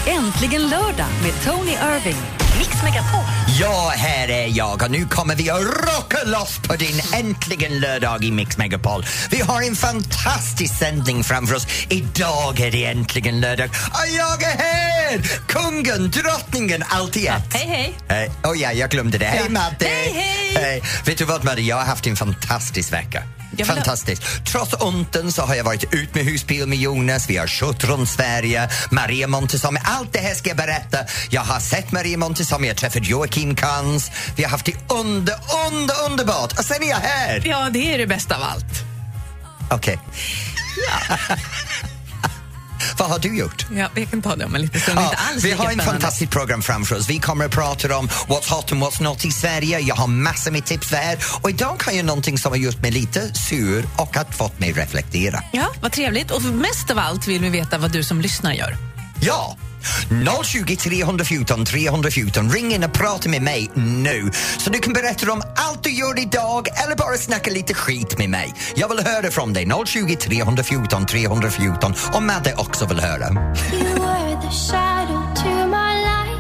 Äntligen lördag med Tony Irving. Mix Megapol. Ja, här är jag och nu kommer vi att rocka loss på din Äntligen lördag i Mix Megapol. Vi har en fantastisk sändning framför oss. Idag är det äntligen lördag och jag är här! Kungen, drottningen, allt i ett. Hej, hej. Jag glömde det. Hej, Madde. Hej. Vet du vad, Madde? Jag har haft en fantastisk vecka. Fantastiskt. Trots onten så har jag varit ut med husbil med Jonas. Vi har kört runt Sverige. Maria Montesami. Allt det här ska jag berätta. Jag har sett Maria Montesami. Jag har träffat Joakim Kans. Vi har haft det underbart. Och sen är jag här. Ja, det är det bästa av allt. Okej. Ja. Vad har du gjort? Ja, vi kan ta det om en liten stund. Inte alls vi har en spännande. fantastisk program framför oss. Vi kommer att prata om what's hot and what's not i Sverige. Jag har massor med tips för er. Och idag har jag någonting som har gjort mig lite sur och har fått mig reflektera. Ja, vad trevligt. Och mest av allt vill vi veta vad du som lyssnar gör. Ja! 020 314 314. Ring in och prata med mig nu. Så du kan berätta om allt du gör idag eller bara snacka lite skit med mig. Jag vill höra från dig. 020 314 314. Och Madde också vill höra. You were the shadow to my light.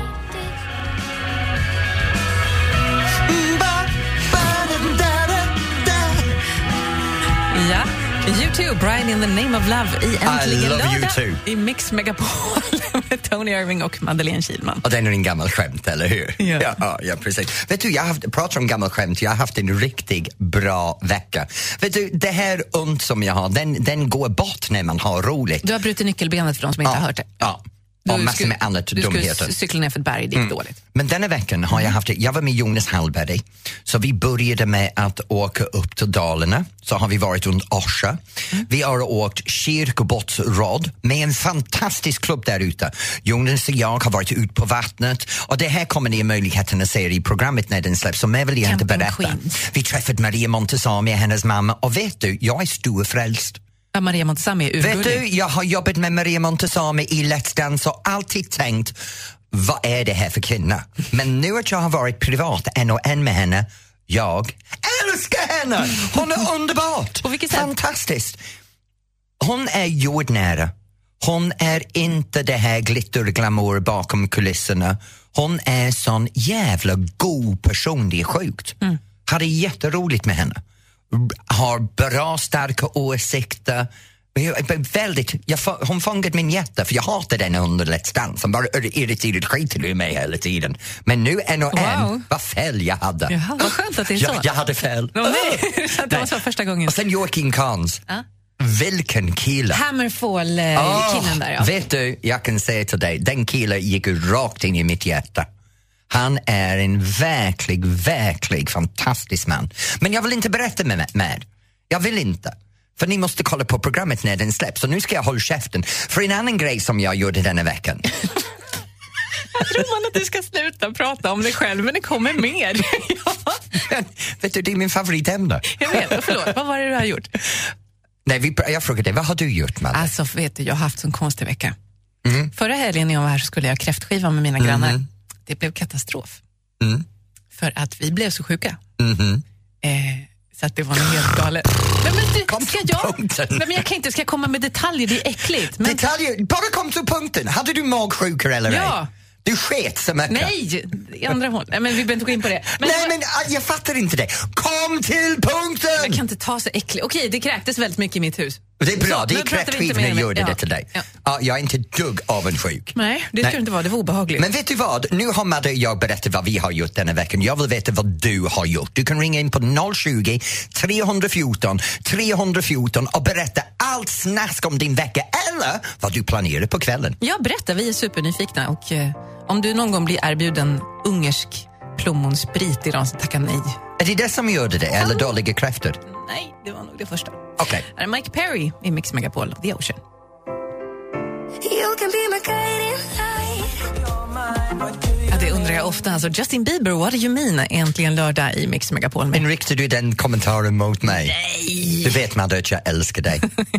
Ja, YouTube, Brian in the name of love i Äntligen I love lördag you too. i Mix Megapol med Tony Irving och Madeleine Kilman. Och den är en gammal skämt, eller hur? Ja, precis. Vet du, pratar om gammal skämt, jag har haft en riktigt bra vecka. Vet du, det här ont som jag har, den går bort när man har roligt. Du har brutit nyckelbenet för de som inte har hört det. Ja. Och massor med annat dumheter. Du skulle cykla ner för ett berg, det gick dåligt. Men denna veckan har jag haft det. Jag var med Jonas Hallberg. Så vi började med att åka upp till Dalarna. Så har vi varit runt Orsa. Vi har åkt Kyrkobåtsrad med en fantastisk klubb där ute. Jonas och jag har varit ut på vattnet. Och det här kommer ni möjligheten att se i programmet när den släpps. Så mer vill jag inte berätta. Vi träffade Maria Montesami, hennes mamma. Och vet du, jag är storfrälst. Maria Montesami är urgullig. Vet du, jag har jobbat med Maria Montesami i Let's Dance och alltid tänkt, vad är det här för kvinna? Men nu att jag har varit privat en och en med henne, jag älskar henne! Hon är underbart! På vilket sätt? Fantastiskt! Hon är jordnära. Hon är inte det här glitter och glamour bakom kulisserna. Hon är sån jävla god person, det är sjukt. Hade jätteroligt med henne. Har bra, starka åsikter. Hon fångade min hjärta, för jag hatade den under Let's Dance. Hon bara irriterade skiten ur mig hela tiden. Men nu en och en, vad fel jag hade. Jaha, vad skönt att det är så. Jag hade fel. Det var så första gången. Och sen Joakim Kans. Vilken kille. Hammerfall-killen där, ja. Vet du, jag kan säga till dig, den killen gick rakt in i mitt hjärta. Han är en verklig fantastisk man. Men jag vill inte berätta med. Jag vill inte. För ni måste kolla på programmet när den släpps. Så nu ska jag hålla käften. För en annan grej som jag gjorde denna veckan. Jag tror man att du ska sluta prata om dig själv, men det kommer mer. Men, vet du, det är min favoritämne. Jag vet, förlåt. Vad var det du har gjort? Nej, jag frågade dig, vad har du gjort, Madde? Alltså, vet du, jag har haft en konstig vecka. Förra helgen när jag var här så skulle jag kräftskiva med mina grannar. Det blev katastrof. För att vi blev så sjuka. Så att det var något helt galet. Men jag kan inte, ska jag komma med detaljer, det är äckligt. Men... Detaljer? Bara kom till punkten. Hade du magsjukor eller ej? Ja. Du sket så mycket. Nej, i andra håll. Men vi behöver inte gå in på det. Men jag fattar inte det. Kom till punkten! Jag kan inte ta så äckligt. Okej, det kräktes väldigt mycket i mitt hus. Det är bra, så, det är kräftskivorna jag gjorde det till dig. Ja. Jag är inte dugg avundsjuk. Nej, det skulle inte vara, det var obehagligt. Men vet du vad? Nu har Madde och jag berättat vad vi har gjort denna veckan. Jag vill veta vad du har gjort. Du kan ringa in på 020 314 314 och berätta allt snask om din vecka eller vad du planerar på kvällen. Ja, berätta, vi är supernyfikna och om du någon gång blir erbjuden ungersk plommonsprit i de som tackar nej. Är det som gjorde det, eller dåliga kräftor? Nej, det var nog det första. Okej. Här är Mike Perry i Mix Megapol, The Ocean. You can be my guiding light. Ja, det undrar jag ofta. Alltså, Justin Bieber, what do you mean? Äntligen lördag i Mix Megapol. Men riktar du den kommentaren mot mig? Nej! Du vet, Madde, att jag älskar dig.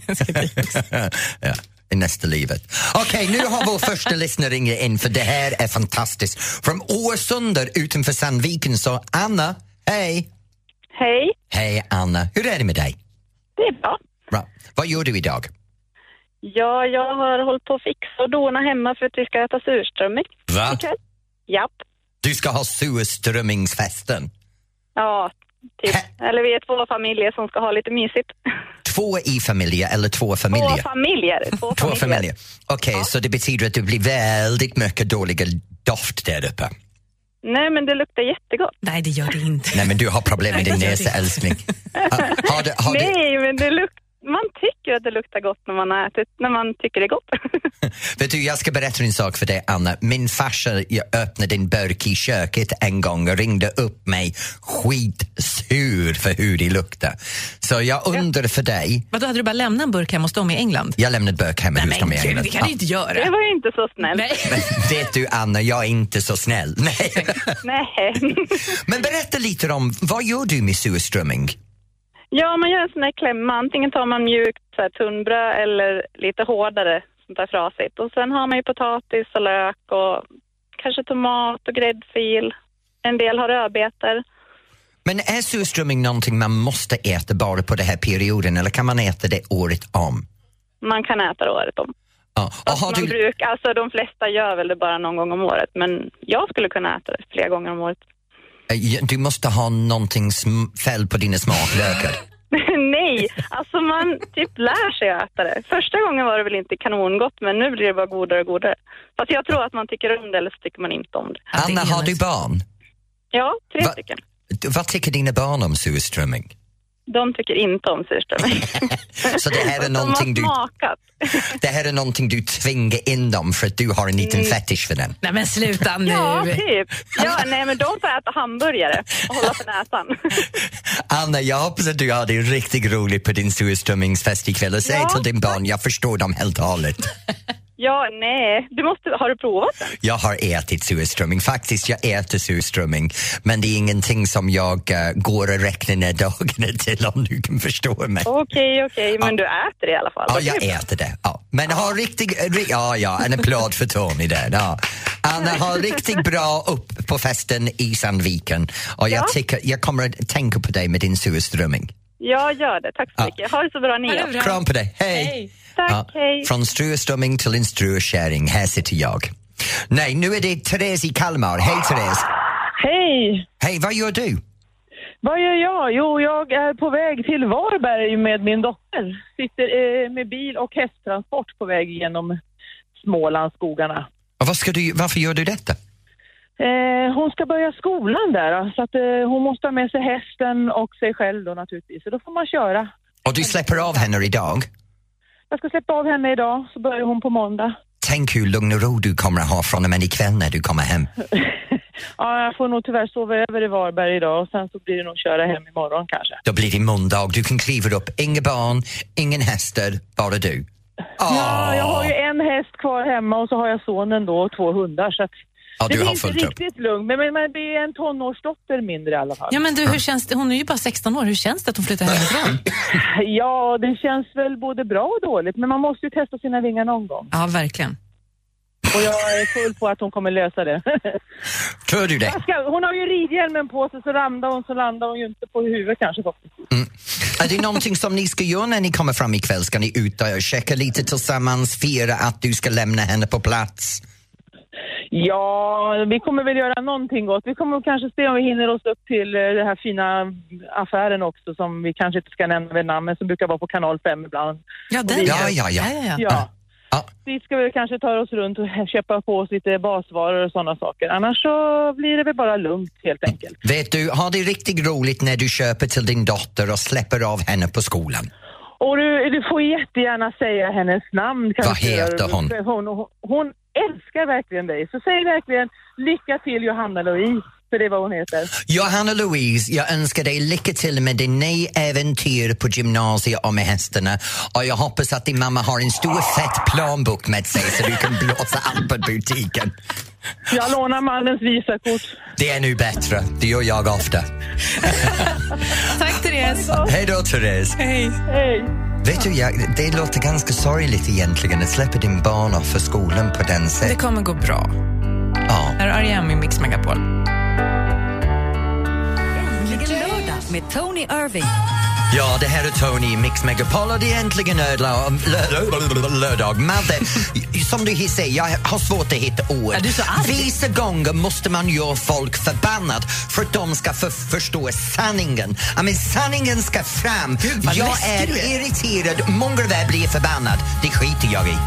Ja. I nästa livet. Okej, nu har vår första lyssnare ringt in, för det här är fantastiskt. Från Årsunder utanför Sandviken, så Anna, hej! Hej. Hej Anna, hur är det med dig? Det är bra. Bra. Vad gör du idag? Ja, jag har hållit på att fixa och dona hemma för att vi ska äta surströmming. Va? ikväll. Japp. Du ska ha surströmmingsfesten? Ja, typ. Eller vi är 2 familjer som ska ha lite mysigt. 2 i familjer eller 2 familjer? 2 familjer. 2 familjer. Okej, så det betyder att det blir väldigt mycket dåliga doft där uppe. Nej, men det luktar jättegott. Nej, det gör det inte. Nej, men du har problem med din näsa, älskling. Nej, men man tycker att det luktar gott när man har ätit, när man tycker det är gott. Vet du, jag ska berätta en sak för dig, Anna. Min farsa öppnade en burk i köket en gång och ringde upp mig skitsur för hur det luktar. Så jag undrar för dig... Vad då, hade du bara lämnat en burk hemma hos dem i England? Jag lämnade burk hemma hos dem i England. Det kan du inte göra. Det var ju inte så snällt. Nej. Men vet du, Anna, jag är inte så snäll. Nej. Nej. Men berätta lite om, vad gör du med surströmming? Ja, man gör en sån här klämma. Antingen tar man mjukt så här, tunnbröd eller lite hårdare, sånt där frasigt. Och sen har man ju potatis och lök och kanske tomat och gräddfil. En del har rödbetor. Men är surströmming någonting man måste äta bara på den här perioden, eller kan man äta det året om? Man kan äta det året om. Ja. Alltså de flesta gör väl det bara någon gång om året. Men jag skulle kunna äta det flera gånger om året. Du måste ha någonting fel på dina smaklökar. Nej, alltså man typ lär sig att äta det. Första gången var det väl inte kanongott, men nu blir det bara godare och godare. Fast jag tror att man tycker om det, eller så tycker man inte om det. Anna, har du barn? Ja, 3 stycken. Vad tycker dina barn om surströmming? De tycker inte om surströmming. Så det här är någonting det här är någonting du tvingar in dem för att du har en liten fetisch för den. Nej, men sluta nu. Ja, typ. Ja, nej, men de får äta hamburgare och hålla för näsan. Anna, jag hoppas att du har det riktigt roligt på din surströmmingsfest ikväll och säg till din barn, jag förstår dem helt och hållet. Ja, nej. Har du provat den? Jag har ätit surströmming. Faktiskt, jag äter surströmming. Men det är ingenting som jag går och räknar ner dagarna till, om du kan förstå mig. Okej. Men du äter det i alla fall. Ja, jag äter det. Ja. Men ha en applåd för Tony där. Ja. Anna, ha riktigt bra upp på festen i Sandviken. Och jag kommer att tänka på dig med din surströmming. Ja, gör det. Tack så mycket. Ha det så bra ni. Kram på dig. Hej. Tack, hej. Från ströströmming till en strökäring. Här sitter jag. Nej, nu är det Therese i Kalmar. Hej, Therese. Hej. Hej, vad gör du? Vad gör jag? Jo, jag är på väg till Varberg med min dotter. Sitter med bil och hästtransport på väg genom Smålandsskogarna. Och varför gör du detta? Hon ska börja skolan där, så att hon måste ha med sig hästen och sig själv då naturligtvis. Så då får man köra. Och du släpper av henne idag? Jag ska släppa av henne idag, så börjar hon på måndag. Tänk hur lugn och ro du kommer att ha från och med ikväll när du kommer hem. Ja, jag får nog tyvärr sova över i Varberg idag och sen så blir det nog köra hem imorgon kanske. Då blir det måndag, du kan kliva upp, inga barn, ingen hästar, bara du. Ja, jag har ju en häst kvar hemma och så har jag sonen då och 2 hundar, så att det är inte riktigt lugnt, men det är en tonårsdotter mindre i alla fall. Ja, men du, hur känns det? Hon är ju bara 16 år. Hur känns det att hon flyttar hemifrån? Ja, det känns väl både bra och dåligt, men man måste ju testa sina vingar någon gång. Ja, verkligen. Och jag är full på att hon kommer lösa det. Tror du det? Hon har ju ridhjälmen på sig, så landar hon ju inte på huvudet kanske. Är det någonting som ni ska göra när ni kommer fram ikväll? Ska ni ut och checka lite tillsammans, fira att du ska lämna henne på plats? Ja, vi kommer väl göra någonting gott. Vi kommer kanske se om vi hinner oss upp till den här fina affären också, som vi kanske inte ska nämna vid namn, men som brukar vara på kanal 5 ibland. Ja, Ja. Dit ska vi kanske ta oss runt och köpa på oss lite basvaror och sådana saker. Annars så blir det väl bara lugnt helt enkelt. Vet du, har det riktigt roligt när du köper till din dotter och släpper av henne på skolan? Och du får jättegärna säga hennes namn. Vad heter hon? Hon älskar verkligen dig. Så säg verkligen lycka till Johanna Louise. För det är vad hon heter. Johanna Louise, jag önskar dig lycka till med din nya äventyr på gymnasiet och med hästarna. Och jag hoppas att din mamma har en stor fett planbok med sig så du kan blåsa allt på butiken. Jag lånar mannens visakort. Det är nu bättre, det gör jag ofta. Tack, Therese. Hej då, Therese. Hej. Vet du, det låter ganska sorgligt egentligen att släppa din barn off för skolan på den sättet. Det kommer gå bra. Ja. Här är Ariam i Mix Megapol. Äntligen lördag med Tony Irving. Ja, det här är Tony i Mix Megapol och det är äntligen lördag. Madde, som du säger, jag har svårt att hitta ord. Är du så arg? Vissa gånger måste man göra folk förbannat för att de ska förstå sanningen. Men sanningen ska fram. Gud, vad jag är irriterad, många av er blir förbannad. Det skiter jag i.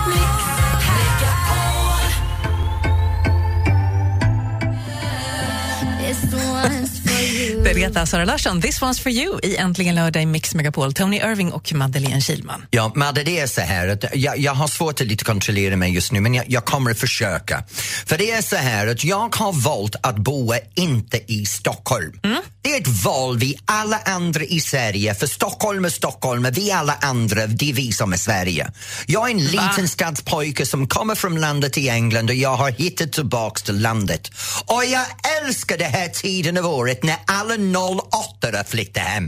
Berätta Sara Larsson, This one's for you i Äntligen lördag i Mix Megapol. Tony Irving och Madeleine Kilman. Ja, Madde, det är så här att jag har svårt att lite kontrollera mig just nu, men jag kommer att försöka. För det är så här att jag har valt att bo inte i Stockholm. Det är ett val vi alla andra i Sverige, för Stockholm är Stockholm, vi alla andra, det är vi som är Sverige. Jag är en liten stadspojke som kommer från landet i England och jag har hittat tillbaks till landet. Och jag älskar det här tiden av året när alla 08 flyttar hem.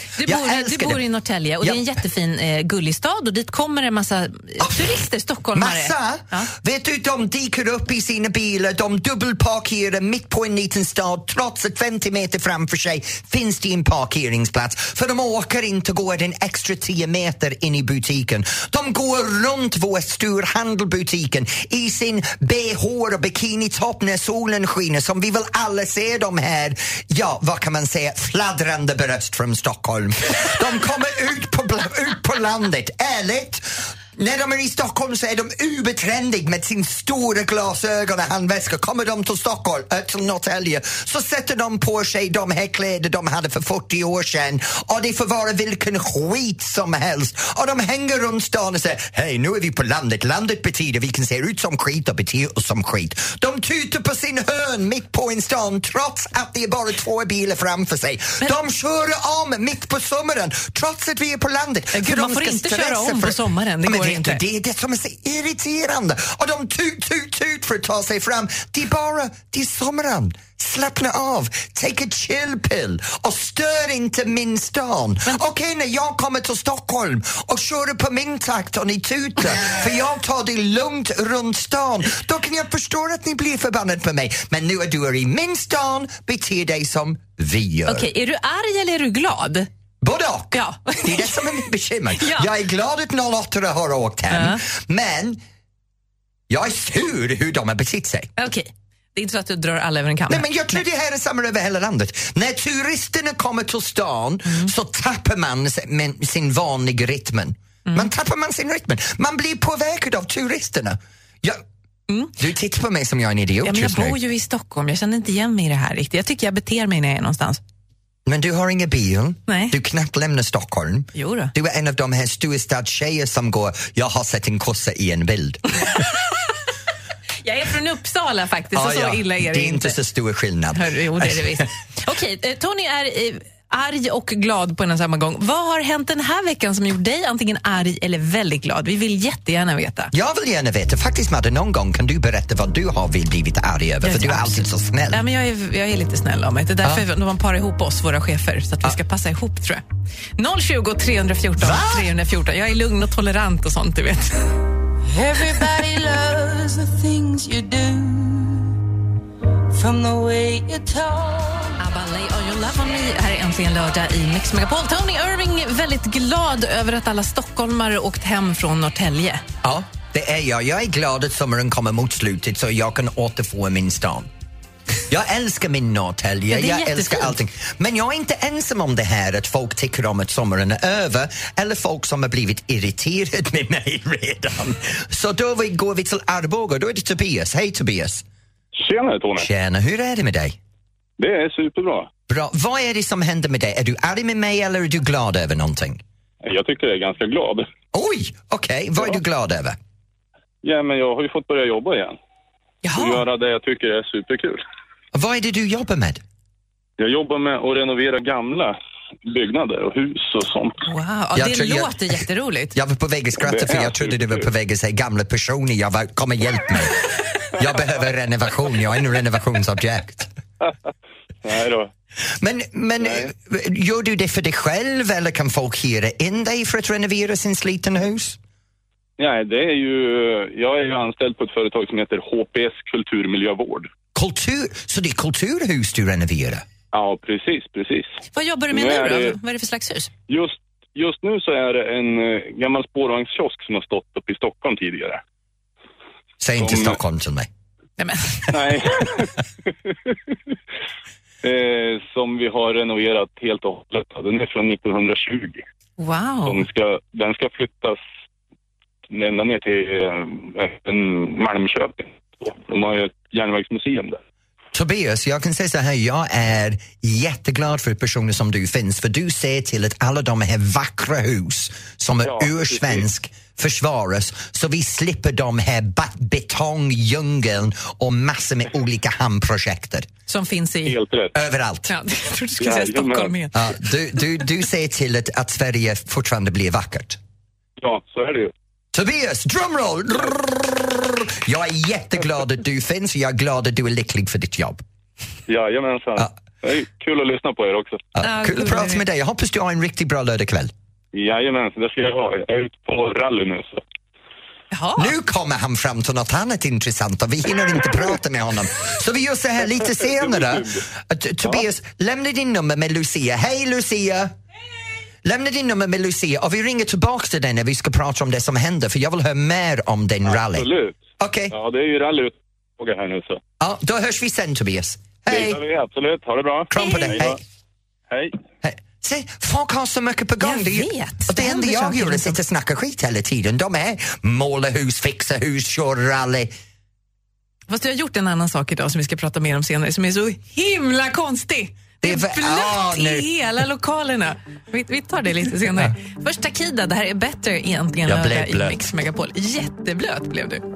Du bor i Norrtälje och det är en jättefin gullig stad och dit kommer en massa turister, stockholmare. Massa? Ja. Vet du, de dyker upp i sina bilar, de dubbelparkerar mitt på en liten stad trots att 50 meter framför sig finns det en parkeringsplats. För de åker inte gå den extra 10 meter in i butiken. De går runt vår storhandelbutiken i sin BH och bikinitopp när solen skiner, som vi väl alla ser de här, ja, vad kan man säga, fladdrande bröst från Stockholm. De kommer ut på landet, ärligt. När de är i Stockholm så är de ubertrendiga med sin stora glasögon och handväskor. Kommer de till Stockholm, till Norrtälje, så sätter de på sig de här kläder de hade för 40 år sedan. Och det får vara vilken skit som helst. Och de hänger runt stan och säger, hej, nu är vi på landet. Landet betyder vi kan se ut som skit och bete oss som skit. De tutar på sin hörn mitt på en stan trots att det är bara 2 bilar framför sig. De kör om mitt på sommaren trots att vi är på landet. Gud, man får inte köra om på sommaren, det går inte. Det är det som är så irriterande. Och de tut för att ta sig fram. Det är sommaren. Slappna av, take a chill pill och stör inte min stan. Okej, när jag kommer till Stockholm och kör på min takt och ni tutar för jag tar det lugnt runt stan, då kan jag förstå att ni blir förbannade på mig. Men nu är du i min stan, beter dig som vi gör. Okej, är du arg eller är du glad? Både och. Ja. Det är det som är mitt bekymmer. Ja. Jag är glad att 08 har åkt hem, men jag är sur hur de har betett sig. Okej. Det är inte så att du drar alla över en kam. Nej, men jag tror det här är samma över hela landet. När turisterna kommer till stan så tappar man sin vanliga rytmen. Man sin rytmen. Man blir påverkad av turisterna. Du tittar på mig som jag är en idiot men just nu. Jag bor ju i Stockholm, jag känner inte igen mig i det här riktigt. Jag tycker jag beter mig när jag är någonstans. Men du har ingen bil. Nej. Du knappt lämnar Stockholm. Jo då. Du är en av de här storstadstjejer som går, jag har sett en kossa i en bild. Jag är från Uppsala faktiskt, så illa är det är inte så stor skillnad. Jo, det är det visst. Okej, Tony är arg och glad på en och samma gång. Vad har hänt den här veckan som gjort dig antingen arg eller väldigt glad? Vi vill jättegärna veta. Jag vill gärna veta. Faktiskt, Madde, någon gång kan du berätta vad du har blivit arg över, för du är alltid så snäll. Ja, men jag är lite snäll om det. Det är därför de parar ihop oss, våra chefer, så att vi ska passa ihop, tror jag. 020 314 314. Jag är lugn och tolerant och sånt, du vet. Everybody loves the things you do, from the way you talk. ABBA, Lay All Your Love On Me här är äntligen lördag i Mix Megapol. Tony Irving väldigt glad över att alla stockholmare åkt hem från Norrtälje. Ja, det är jag. Jag är glad att sommaren kommer mot slutet så jag kan återfå min stan. Jag älskar min Norrtälje, jag älskar allting. Men jag är inte ensam om det här att folk tycker om att sommaren är över, eller folk som har blivit irriterade med mig redan. Så då går vi till Arboga, då är det Tobias. Hej Tobias. Tjena Tony. Tjena, hur är det med dig? Det är superbra. Bra, vad är det som händer med dig? Är du arg med mig eller är du glad över någonting? Jag tycker jag är ganska glad. Oj, okej. Vad är du glad över? Ja, men jag har ju fått börja jobba igen. Jaha. Och göra det jag tycker är superkul. Vad är det du jobbar med? Jag jobbar med att renovera gamla byggnader och hus och sånt. Wow, det låter jätteroligt. Jag var på väg att skratta för jag trodde du var på väg att säga gamla personer. Jag kommer hjälp mig. Jag behöver renovation, jag är en renovationsobjekt. Nej då. Men gör du det för dig själv eller kan folk hyra in dig för att renovera sin sliten hus? Nej, jag är ju anställd på ett företag som heter HPS Kulturmiljövård. Så det är kulturhus du renoverar? Ja, precis. Vad jobbar du med nu då? Vad är det för slags hus? Just nu så är det en gammal spårvagnskiosk som har stått upp i Stockholm tidigare. Säg inte Stockholm till mig. Nej. Som vi har renoverat helt och hållet. Den är från 1920. Wow. Den ska flyttas ända ner till Malmköping. De har ju ett järnvägsmuseum där. Tobias, jag kan säga så här, jag är jätteglad för personer som du finns, för du ser till att alla de här vackra hus som är ursvensk försvaras, så vi slipper de här betongdjungeln och massor med olika hamnprojekter. Som finns överallt. Ja, jag trodde du skulle säga Stockholm igen. Ja, du ser till att Sverige fortfarande blir vackert. Ja, så är det ju. Tobias, drumroll! Jag är jätteglad att du finns och jag är glad att du är lycklig för ditt jobb. Jajamensan. Ja. Det är kul att lyssna på er också. Ja, kul att prata med dig. Jag hoppas du har en riktigt bra lördagkväll. Jajamensan, det ska jag ha. Jag är ute på rally nu. Så. Jaha. Nu kommer han fram till något annat intressant och vi hinner inte prata med honom. Så vi gör så här lite senare. Tobias, lämna din nummer med Lucia. Hej Lucia! Lämna din nummer med Lucia och vi ringer tillbaka till dig när vi ska prata om det som händer, för jag vill höra mer om din rally. Absolut. Okej. Ja, det är ju rallyutfråga här nu så. Ja, då hörs vi sen Tobias. Hej! Det gör vi, absolut. Ha det bra. Kram på dig. Hej. Se, folk har så mycket på gång. Jag vet. Och det enda jag gör är att sitta och snacka skit hela tiden. De är måla hus, fixa hus, köra rally. Fast du har gjort en annan sak idag som vi ska prata mer om senare, som är så himla konstig. Det är blött i hela lokalerna. Vi tar det lite senare. Först Takida, det här är bättre egentligen lördag i Mix Megapol. Jätteblöt blev du.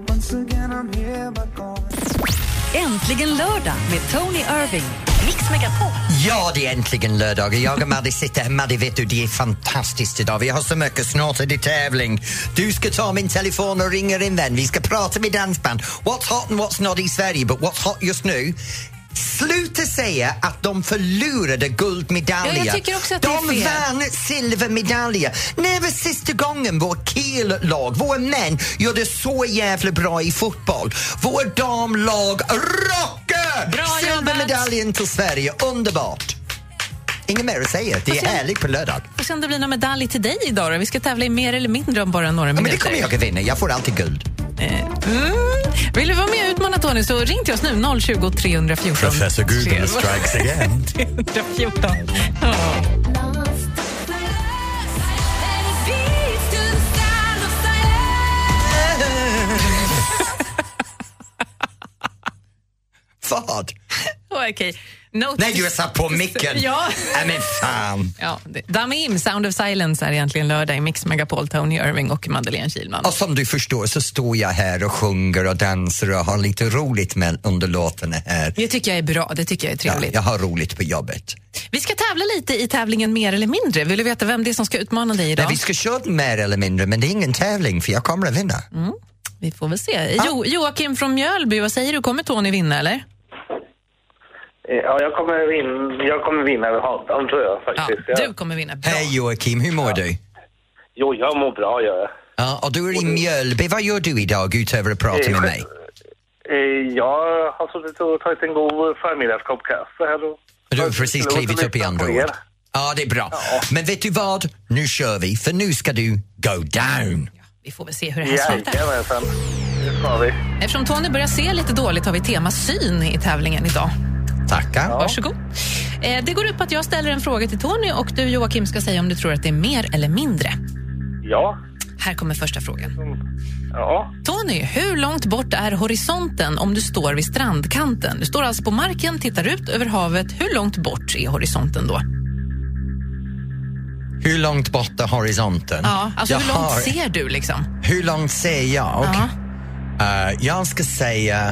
Äntligen lördag med Tony Irving. Mix Megapol. Ja, det är äntligen lördag. Jag och Maddie sitter här. Maddie, vet du, det är fantastiskt idag. Vi har så mycket, snart är det tävling. Du ska ta min telefon och ringa din vän. Vi ska prata med dansband. What's hot and what's not i Sverige, but what's hot just nu? Sluta säga att de förlorade guldmedaljer. Ja, jag tycker också att det är fel. De vann silvermedaljer. När var sista gången vår killag, våra män, gjorde så jävla bra i fotboll? Vår damlag rockar! Silvermedaljen till Sverige, underbart. Inget mer att säga, det är härligt på lördag. Och sen det blir någon medalj till dig idag då. Vi ska tävla i mer eller mindre om bara några minuter. Men det kommer jag att vinna, jag får alltid guld. Vill du vara med och utmana Tony så ring till oss nu 020 314. Professor Google strikes again. 314. Ja. Vad? Okej. Nej, du har satt på micken. Ja. Men fan. Ja, Damim, Sound of Silence är egentligen lördag i Mix Megapol, Tony Irving och Madeleine Kilman. Och som du förstår så står jag här och sjunger och dansar och har lite roligt med under låtarna här. Det tycker jag är bra, det tycker jag är trevligt. Ja, jag har roligt på jobbet. Vi ska tävla lite i tävlingen Mer eller mindre. Vill du veta vem det är som ska utmana dig idag? Nej, vi ska köra mer eller mindre, men det är ingen tävling för jag kommer att vinna. Vi får väl se. Joakim från Mjölby, vad säger du? Kommer Tony vinna eller? Ja, jag kommer vinna över honom, tror jag faktiskt. Ja, du kommer vinna. Bra. Hej Joakim, hur mår du? Jo, jag mår bra, gör jag. Ja, och du är i Mjölby. Vad gör du idag utöver att prata med mig? Jag har suttit och tagit en god förmiddagskopp kaffe här då. Du har precis klivit upp i andra ord. Ja, det är bra. Ja. Men vet du vad? Nu kör vi, för nu ska du go down. Ja, vi får väl se hur det här slutar. Jajamensan, det ska vi. Eftersom Tony börjar se lite dåligt har vi tema syn i tävlingen idag. Tackar. Varsågod. Det går ut på att jag ställer en fråga till Tony och du Joakim ska säga om du tror att det är mer eller mindre. Ja. Här kommer första frågan. Ja. Tony, hur långt bort är horisonten om du står vid strandkanten? Du står alltså på marken, tittar ut över havet. Hur långt bort är horisonten då? Hur långt bort är horisonten? Ja, alltså hur långt ser du liksom? Hur långt ser jag? Jag ska säga...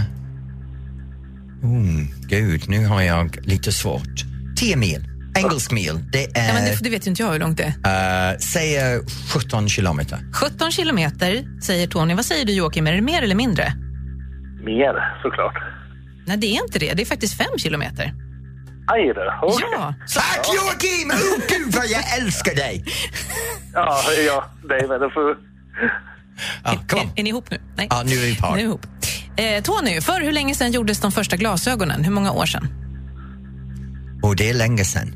Gud, nu har jag lite svårt. 10 mil. Engelsk mil. Det är... Ja, men det vet ju inte jag hur långt det är. Säger 17 kilometer. 17 kilometer, säger Tony. Vad säger du Joakim? Är det mer eller mindre? Mer, såklart. Nej, det är inte det. Det är faktiskt 5 kilometer. Aj då. Okay. Ja. Tack Joakim! Gud vad jag älskar dig! Ja, dig med det får... Kom. Är ni ihop nu? Nej. Ja, nu är vi par. Nu är ihop. Tony, för hur länge sedan gjordes de första glasögonen? Hur många år sedan? Och det är länge sedan.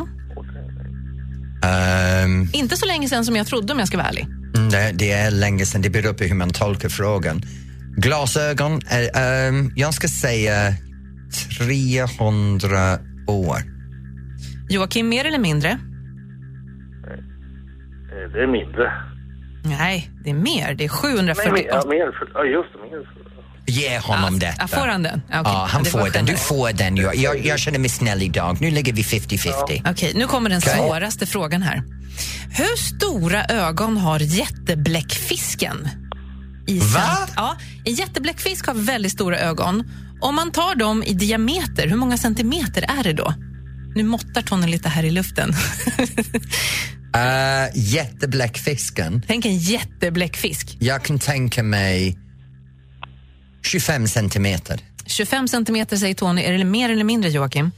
Inte så länge sedan som jag trodde, om jag ska vara ärlig. Det är länge sedan. Det beror på hur man tolkar frågan. Glasögon, jag ska säga 300 år. Joakim, mer eller mindre? Det är mindre. Nej, det är mer. Det är 748. Mer. Ja, just det. Mer. Ge honom detta. Får han den? Okay. Ja, han får den. Du får den. Jag känner mig snäll idag. Nu ligger vi 50-50. Okej, nu kommer den svåraste frågan här. Hur stora ögon har jättebläckfisken? Va? En jättebläckfisk har väldigt stora ögon. Om man tar dem i diameter, hur många centimeter är det då? Nu måttar Tony lite här i luften. Jättebläckfisken. Tänk en jättebläckfisk. Jag kan tänka mig 25 centimeter. 25 centimeter säger Tony. Är det mer eller mindre, Joakim?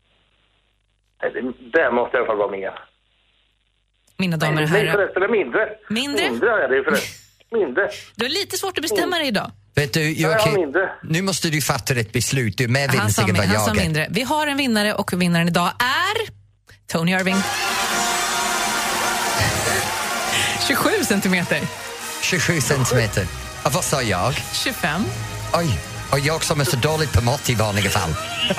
Det måste i alla fall vara mer. Mina damer och herrar. Nej, förresten, det är mindre. Mindre? Mindre är det förresten. Mindre. Du är lite svårt att bestämma dig idag. Vet du, Joakim, nu måste du fatta ett beslut. Du är mer vinstig än vad jag är. Mindre. Vi har en vinnare och vinnaren idag är Tony Irving. 27 centimeter. 27 centimeter. Och vad sa jag? 25. Oj, och jag som är så dåligt på mått i vanliga fall.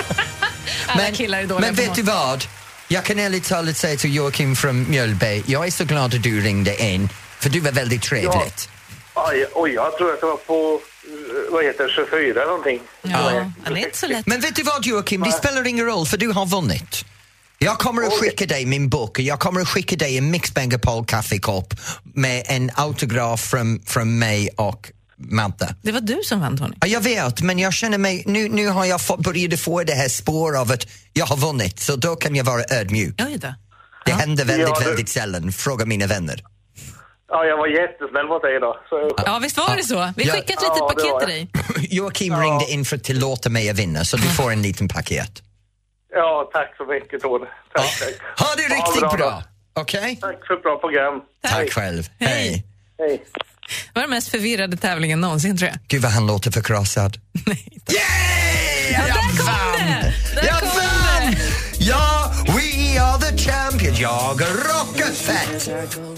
Men vet du vad? Jag kan ärligt talat säga till Joakim från Mjölby, jag är så glad att du ringde in, för du var väldigt trevligt. Oj, jag tror att det var på 24 eller någonting. Ja, det är inte så lätt. Men vet du vad, Joakim, det spelar ingen roll, för du har vunnit. Jag kommer att skicka dig min bok och jag kommer att skicka dig en Mix Megapol kaffekopp med en autograf från mig och Madde. Det var du som vann, Tony. Ja, jag vet, men jag känner mig, nu har jag börjat få det här spår av att jag har vunnit, så då kan jag vara ödmjuk. Det händer väldigt sällan, fråga mina vänner. Ja, jag var jättesnäll mot dig idag. Ja, visst var det så? Vi skickade ett litet paket till dig. Joakim ringde in för att tillåta mig att vinna, så du får en liten paket. Ja, tack så mycket, Tony. Tack. Ha det riktigt bra. Okej? Tack för ett bra program. Tack själv. Hej. Hej. Det var den mest förvirrade tävlingen någonsin, tror jag. Gud vad han låter förkrossad. Nej. Yay! Jag vann! Jag vann! Ja, we are the champions. Jag rockar fett.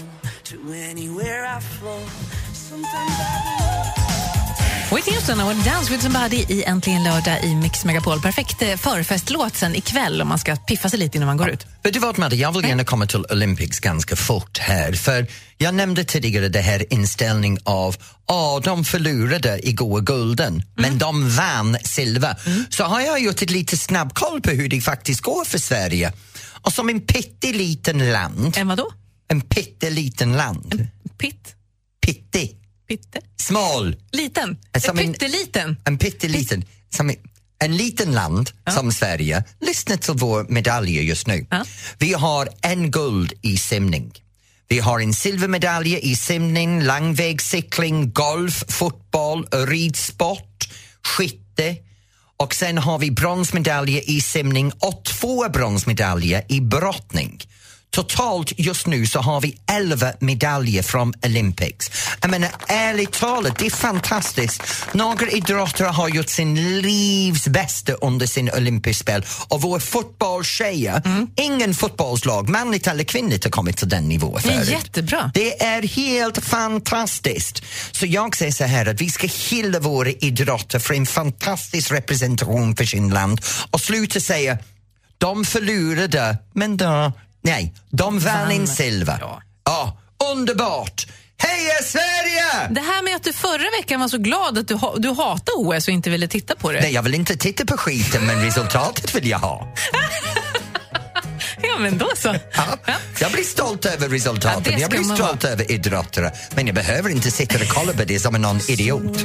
Whitney Houston och Dance with somebody i Äntligen lördag i Mix Megapol. Perfekt förfestlåt sen ikväll om man ska piffa sig lite innan man går ut. Vet du vad, Madde? Jag vill gärna komma till Olympics ganska fort här. För jag nämnde tidigare det här inställning av de förlorade igår gulden, men de vann silver. Så har jag gjort ett lite snabbkoll på hur det faktiskt går för Sverige. Och som en pytteliten land. En vadå? En pytteliten land. En Pitte. Small. Liten. Pytteliten. En pytteliten. En liten land som Sverige. Lyssna till vår medalj just nu. Vi har en guld i simning. Vi har en silvermedalj i simning, långvägscykling, golf, fotboll, ridsport, skytte. Och sen har vi bronsmedaljer i simning och 2 bronsmedaljer i brottning. Totalt just nu så har vi 11 medaljer från Olympics. Jag menar, ärligt talat, det är fantastiskt. Några idrottare har gjort sin livs bästa under sin olympispel. Och vår fotbollstjejer, ingen fotbollslag, manligt eller kvinnligt, har kommit till den nivån förut. Det är jättebra. Det är helt fantastiskt. Så jag säger så här att vi ska hylla våra idrottare för en fantastisk representation för sin land. Och sluta säga, de förlorade, men då... Nej, de vann en silver. Ja, underbart! Heja Sverige! Det här med att du förra veckan var så glad att du hatar OS och inte ville titta på det. Nej, jag vill inte titta på skiten, men resultatet vill jag ha. Ja, men då så. Ja, jag blir stolt över resultaten. Jag blir stolt över idrottare. Men jag behöver inte sitta och kolla på det som någon idiot.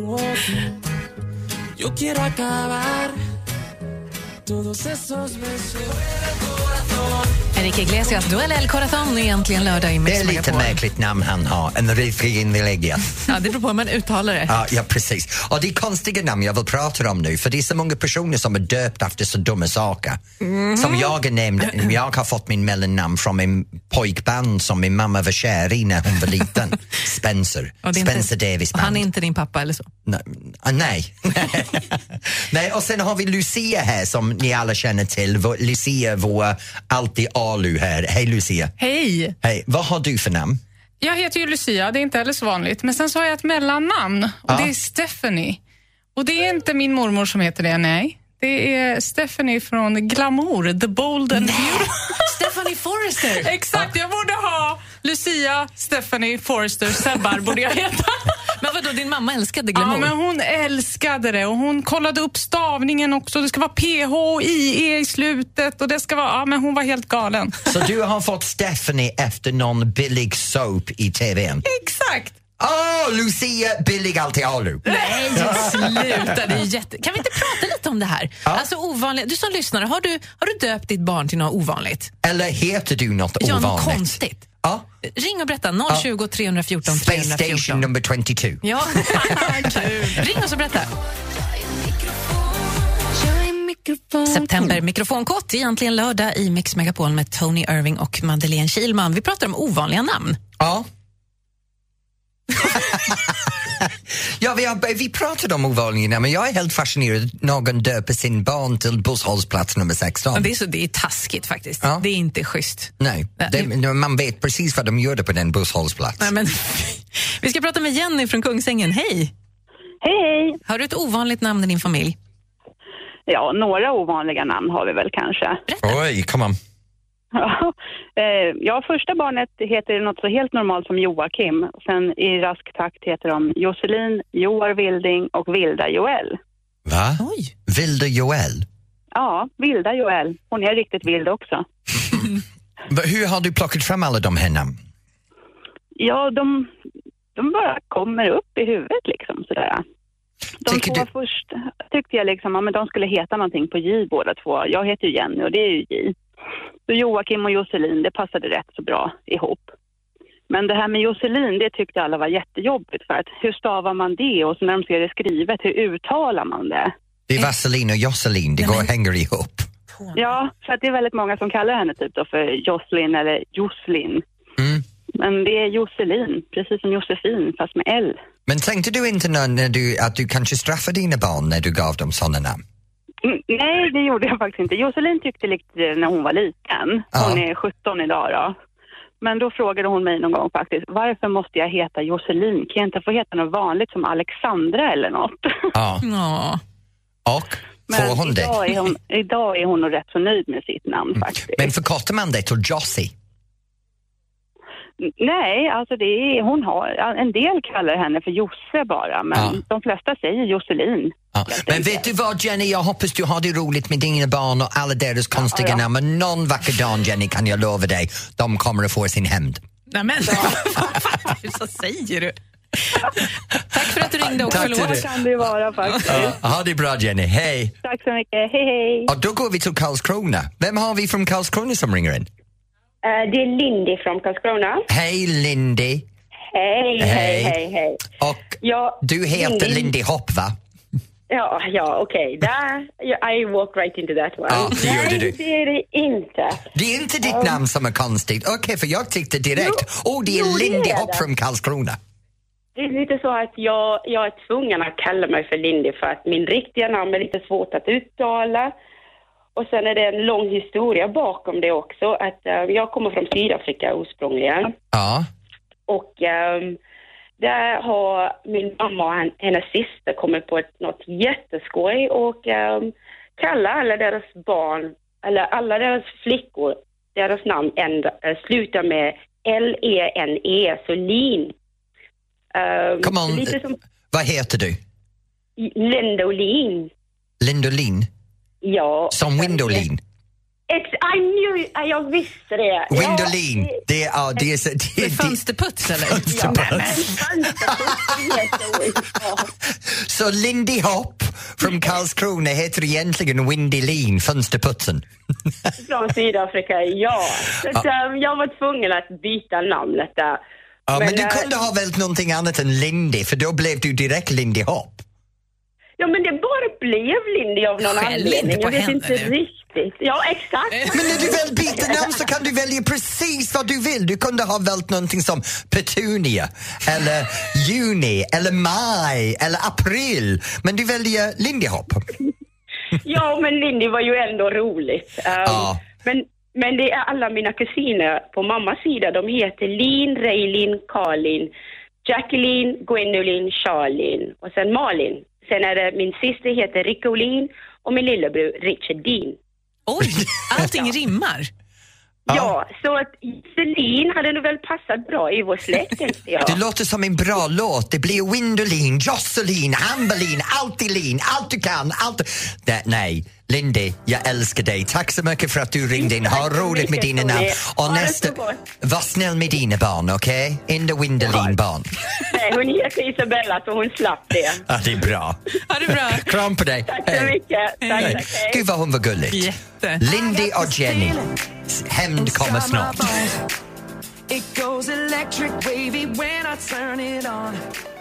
Jag quiero acabar todos esos besos. Enrique Iglesias, Duell El Corazon, egentligen lördag i Mix Det är lite märkligt namn han har, Enrique Iglesias. Ja, det beror på hur man uttalar det. Ja, precis. Och det är konstiga namn jag vill prata om nu, för det är så många personer som är döpt efter så dumma saker. Som jag är nämnd, jag har fått min mellannamn från min pojkband som min mamma var kär i när hon var liten. Spencer. Spencer Davis band. Han är inte din pappa eller så? Nej. Nej, och sen har vi Lucia här som ni alla känner till. Lucia, vår alltid alu här. Hej Lucia. Hej. Hej. Vad har du för namn? Jag heter ju Lucia, det är inte heller så vanligt. Men sen så har jag ett mellannamn och det är Stephanie. Och det är inte min mormor som heter det, nej. Det är Stephanie från Glamour, The Bold and Beautiful. Stephanie Forrester. Exakt, jag borde ha Lucia, Stephanie Forrester, Sebbar borde jag heta. Men vadå, din mamma älskade Glamour? Ja, men hon älskade det och hon kollade upp stavningen också. Det ska vara PH och IE i slutet och det ska vara, ja men hon var helt galen. Så du har fått Stephanie efter någon billig soap i TV:n? Exakt. Lucia, billig alltid alu. Nej, sluta, det är kan vi inte prata lite om det här? Ja. Alltså ovanligt, du som lyssnare, har du döpt ditt barn till något ovanligt? Eller heter du något ovanligt? Ja, något konstigt. Ja. Ring och berätta, 020 314 Space 314. Station number 22. Ja, kul. Ring oss och berätta. September mikrofonkort, egentligen lördag i Mix Megapol med Tony Irving och Madeleine Kilman. Vi pratar om ovanliga namn. Ja. Ja, vi pratade om ovanliga namn, men jag är helt fascinerad att någon döper sin barn till busshållplats nummer 16. Det är taskigt faktiskt. Ja. Det är inte schysst. Nej, man vet precis vad de gjorde på den busshållplats. Nej, men vi ska prata med Jenny från Kungsängen. Hej! Hej! Har du ett ovanligt namn i din familj? Ja, några ovanliga namn har vi väl kanske. Berätta. Oj, kom on. Ja, första barnet heter något så helt normalt som Joakim. Sen i rask takt heter de Jocelyn, Joar Wilding och Vilda Joel. Va? Oj. Vilda Joel? Ja, Vilda Joel. Hon är riktigt vild också. Hur har du plockat fram alla de här namn? Ja, de bara kommer upp i huvudet liksom sådär. De två först tyckte jag liksom, ja, men de skulle heta någonting på J båda två. Jag heter ju Jenny och det är ju J. Så Joakim och Jocelyn, det passade rätt så bra ihop. Men det här med Jocelyn, det tyckte alla var jättejobbigt för att hur stavar man det och så när de ser det skrivet, hur uttalar man det? Det är Vaselin och Jocelyn, det hänger ihop. Ja, för att det är väldigt många som kallar henne typ då för Jocelyn eller Jocelyn. Men det är Jocelyn, precis som Josefin, fast med L. Men tänkte du inte att du kanske straffade dina barn när du gav dem sådana namn? Nej, det gjorde jag faktiskt inte. Jocelyn tyckte lite när hon var liten. Hon är 17 idag då. Men då frågade hon mig någon gång faktiskt, varför måste jag heta Jocelyn? Kan jag inte få heta något vanligt som Alexandra eller något? Ja. Och får hon det? Idag är hon nog rätt så nöjd med sitt namn faktiskt. Men förkortar man det till Josie? Nej, alltså hon har, en del kallar henne för Josse bara, men de flesta säger Jocelyn. Ja. Men vet du vad Jenny, jag hoppas du har det roligt med dina barn och alla deras konstiga namn, men någon vacker dag Jenny kan jag lova dig, de kommer att få sin hämnd. Nej men, så säger du. Tack för att du ringde och förlåt. Det kan det vara faktiskt. Ha det bra Jenny, hej. Tack så mycket, hej. Och då går vi till Karlskrona. Vem har vi från Karlskrona som ringer in? Det är Lindy från Karlskrona. Hej Lindy. Hej. Och du heter Lindy Hopp, va? Ja, okej. I walk right into that one. Ja, det gjorde du. Det är det inte. Det är inte ditt namn som är konstigt. Okej, för jag tyckte direkt, det är Lindy Hopp från Karlskrona. Det är lite så att jag är tvungen att kalla mig för Lindy för att min riktiga namn är lite svårt att uttala. Och sen är det en lång historia bakom det också. Att jag kommer från Sydafrika ursprungligen. Ja. Och där har min mamma och hennes syster kommit på något jätteskoj. Och kallar alla deras barn, eller alla deras flickor, deras namn slutar med L-E-N-E, så Lin. Come on, vad heter du? Lindolin. Lindolin? Ja. Som Windolin? Jag visste det. Windolin, det är fönsterputs eller? Så Lindy Hopp från Karlskrona heter egentligen Windy Lean, fönsterputsen. Från Sydafrika, ja. Så jag var tvungen att byta namnet där. Ja, men du kunde ha vält någonting annat än Lindy, för då blev du direkt Lindy Hop. Ja, men det bara blev Lindy av någon anledning. Jag vet inte riktigt. Ja, exakt. Men när du väl byter namn så kan du välja precis vad du vill. Du kunde ha vält någonting som Petunia, eller Juni, eller Maj, eller April. Men du väljer Lindy Hop. Ja, men Lindy var ju ändå roligt. Men det är alla mina kusiner på mammas sida. De heter Lin, Raylin, Karlin, Jacqueline, Gwendolyn, Charlin och sen Malin. Sen är det min syster heter Rickolin och min lillebror Richard Dean. Oj, allting rimmar. Ja, så att Celine hade nog väl passat bra i vår släkt, tänkte jag. Det låter som en bra låt. Det blir Windolin, Jocelyn, Amberlin, Alltid allt du kan, allt. Nej, Lindy, jag älskar dig. Tack så mycket för att du ringde in. Ha roligt med dina namn. Och var snäll med dina barn, okej? Inte Windolin-barn. Nej, hon heter Isabella så hon slapp det. Ja, det är bra. Ha det bra. Kram på dig. Tack så mycket. Tack. Gud vad hon var gulligt. Jätte. Lindy och Jenny. Hämnd kommer snart. It goes electric wavy when I turn it on.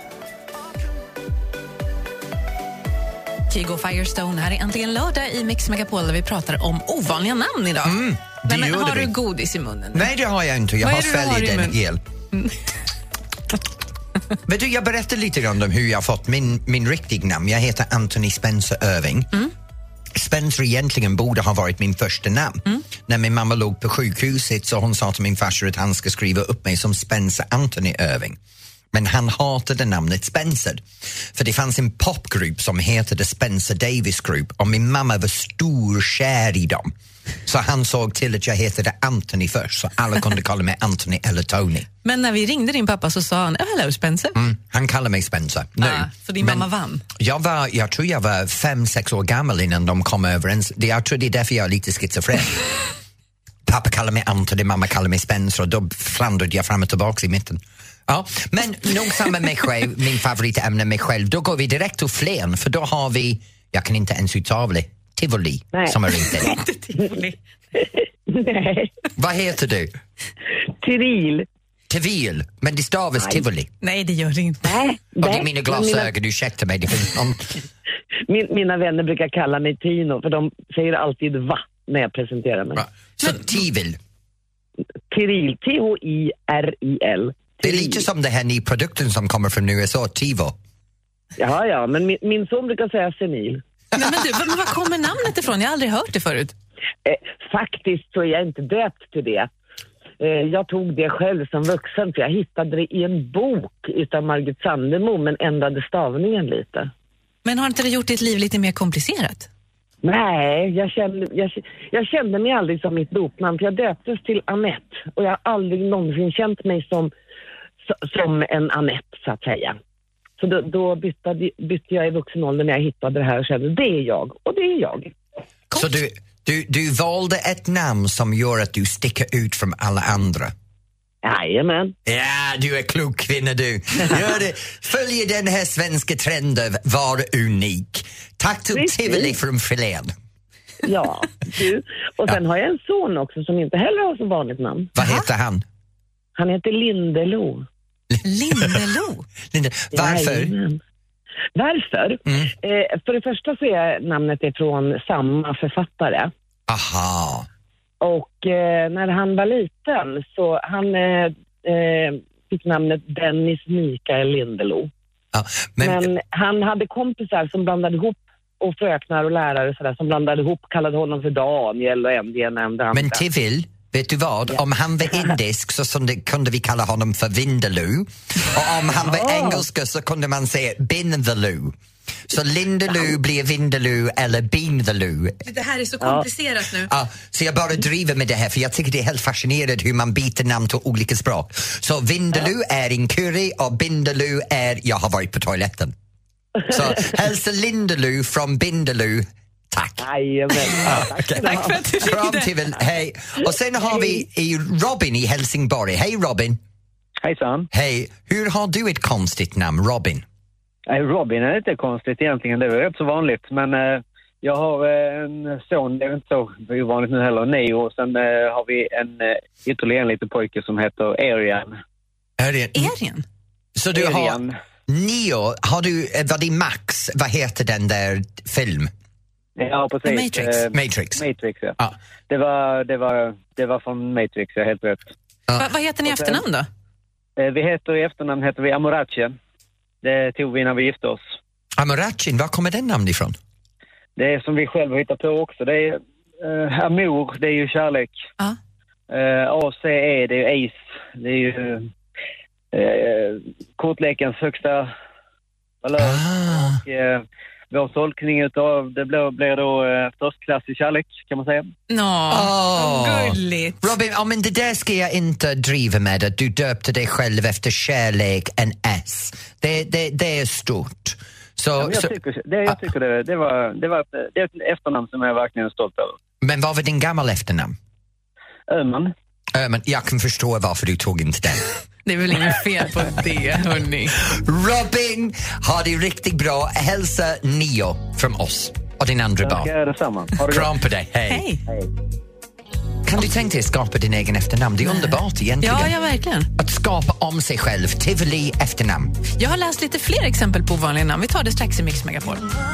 Kygo Firestone, här är äntligen lördag i Mix Megapol där vi pratar om ovanliga namn idag. Men har du godis i munnen? Nej, det har jag inte. Jag har sväljer den hel. Vet du, jag berättar lite grann om hur jag har fått min riktiga namn. Jag heter Anthony Spencer Irving. Spencer egentligen borde ha varit min första namn. När min mamma låg på sjukhuset så hon sa till min farsa att han ska skriva upp mig som Spencer Anthony Irving. Men han hatade namnet Spencer. För det fanns en popgrupp som heter The Spencer Davis Group och min mamma var storkär i dem. Så han såg till att jag heter Anthony först så alla kunde kalla mig Anthony eller Tony. Men när vi ringde din pappa så sa han, hello Spencer. Han kallar mig Spencer nu. Så din mamma vann? Jag tror jag var 5-6 år gammal innan de kom överens. Jag tror det är därför jag är lite schizofren. Pappa kallar mig Anthony, mamma kallar mig Spencer och då flandrade jag fram och tillbaka i mitten. Ja, men nog samma med själv, min favoritämne med själv. Då går vi direkt till Flen för då har vi, jag kan inte ens uttala det, Tivoli. Nej. Som är inte. Inte Tivoli. Nej. Vad heter du? Tivil, men det stavas Tivoli. Nej, det gör det inte. Och det är mina glasögon, ursäkta mig. Mina vänner brukar kalla mig Tino för de säger alltid va när jag presenterar mig. Så Tivil? Tiril, T-H-I-R-I-L. Det är lite som det här nya produkten som kommer från USA, Tivo. Ja, men min son brukar säga senil. Men var kommer namnet ifrån? Jag har aldrig hört det förut. Faktiskt så är jag inte döpt till det. Jag tog det själv som vuxen för jag hittade det i en bok utav Margit Sandemo men ändrade stavningen lite. Men har inte det gjort ditt liv lite mer komplicerat? Nej, jag kände mig aldrig som mitt dopnamn för jag döptes till Annette och jag har aldrig någonsin känt mig som en Annette så att säga. Så då bytte jag i vuxen ålder när jag hittade det här och kände det är jag och det är jag. Så du valde ett namn som gör att du sticker ut från alla andra? Jajamän. Ja, du är klok kvinna du. Gör det. Följ den här svenska trenden, var unik. Tack till Tivoli från Flen. Ja, du. Och sen har jag en son också som inte heller har så vanligt namn. Vad heter han? Han heter Lindelo. Lindelo? Varför? Jajamän. Varför? För det första så är namnet ifrån samma författare. Aha. Och när han var liten så han fick namnet Dennis Mikael Lindelo. Ja, men han hade kompisar som blandade ihop och fröknar och lärare sådär, som blandade ihop, kallade honom för Daniel och MD nämnde han. Men Tivil, vet du vad? Om han var indisk så kunde vi kalla honom för Vindaloo. Och om han var engelska så kunde man säga Bindaloo. Så Lindeloo blir Vindaloo eller Bindaloo. Det här är så komplicerat nu. Ja, så jag bara driver med det här för jag tycker det är helt fascinerande hur man byter namn till olika språk. Så Vindaloo är en curry och Bindaloo är jag har varit på toaletten. Så hälsa Lindeloo från Bindaloo. Tack. Okay. Tack för att du ringde. Till, hej. Och sen har vi Robin i Helsingborg. Hej Robin. Hejsan. Hej. Hur har du ett konstigt namn, Robin? Nej, Robin är inte konstigt egentligen. Det är rätt så vanligt. Men jag har en son, det är inte så ovanligt nu heller, Neo. Och sen har vi en ytterligare liten pojke som heter Arian. Arian? Så du har Neo, har du, vad är Max, vad heter den där film? Ja, precis. Matrix, ja. Ah. Det var från Matrix, jag helt rätt. Vad heter ni i efternamn då? I efternamn heter vi Amorachen. Det tog vi när vi gifte oss. Amorachen, var kommer den namn ifrån? Det är som vi själva hittar på också. Det är amor, det är ju kärlek. ACE, det är ju ace. Det är ju kortlekens högsta valör. Och vår tolkning utav det blir då förstklassig kärlek, kan man säga. Gulligt. Robin, men det där ska jag inte driva med, att du döpte dig själv efter kärlek en S. Det är stort. Jag tycker det är ett efternamn som jag verkligen är stolt över. Men vad var din gamla efternamn? Öhman. Jag kan förstå varför du tog inte den. Det är väl inget fel på det, hörni. Robin, ha det riktigt bra. Hälsa Neo från oss och din andra barn. Jag detsamma. Kram på dig. Hej. Kan du tänka dig att skapa din egen efternamn? Det är underbart egentligen. Ja, verkligen. Att skapa om sig själv. Tivoli efternamn. Jag har läst lite fler exempel på vanliga namn. Vi tar det strax i Mix Megapol.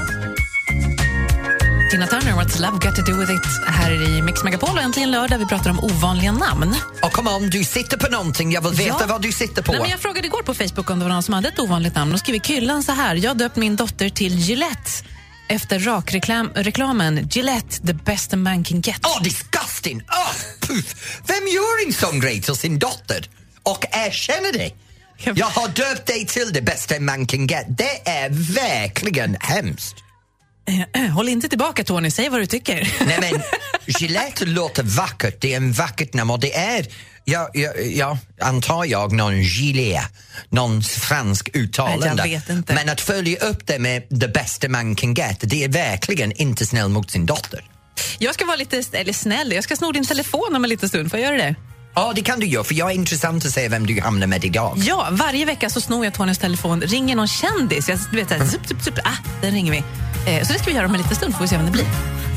Tina Turner, What's Love Got To Do With It här i Mix Megapol och äntligen lördag. Vi pratar om ovanliga namn. Kom on, du sitter på någonting. Jag vill veta vad du sitter på. Nej, men jag frågade igår på Facebook om det var någon som hade ett ovanligt namn och skrev Kyllan så här: jag döpt min dotter till Gillette efter rakreklamen Gillette, the best a man can get. Disgusting! Vem gör en sån grej till sin dotter och erkänner det? Jag har döpt dig till the best a man can get. Det är verkligen hemskt. Håll inte tillbaka, Tony, säg vad du tycker. Nej, men Gillette låter vackert. Det är en vackert namn och det är, antar jag, någon gilet, någon fransk uttalande. Jag vet inte. Men att följa upp det med the best a man can get, det är verkligen inte snäll mot sin dotter. Jag ska vara lite snäll. Jag ska sno din telefon om en liten stund. Får jag göra det? Ja, det kan du göra, för jag är intressant att se vem du hamnar med idag. Ja, varje vecka så snor jag Tonys telefon, ringer någon kändis. Du vet, den ringer vi. Så det ska vi göra om en liten stund, får vi se vem det blir.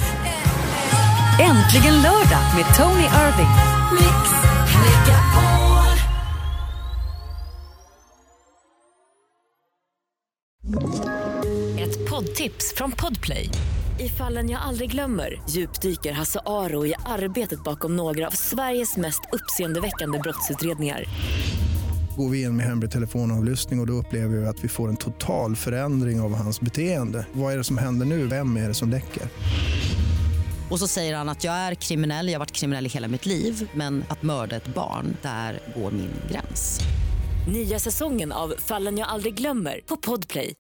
Äntligen lördag med Tony Irving. Mix Megapol. Ett poddtips från Podplay. I Fallen jag aldrig glömmer djupdyker Hasse Aro i arbetet bakom några av Sveriges mest uppseendeväckande brottsutredningar. Går vi in med hemlig telefonavlyssning och då upplever vi att vi får en total förändring av hans beteende. Vad är det som händer nu? Vem är det som läcker? Och så säger han att jag är kriminell, jag har varit kriminell i hela mitt liv. Men att mörda ett barn, där går min gräns. Nya säsongen av Fallen jag aldrig glömmer på Podplay.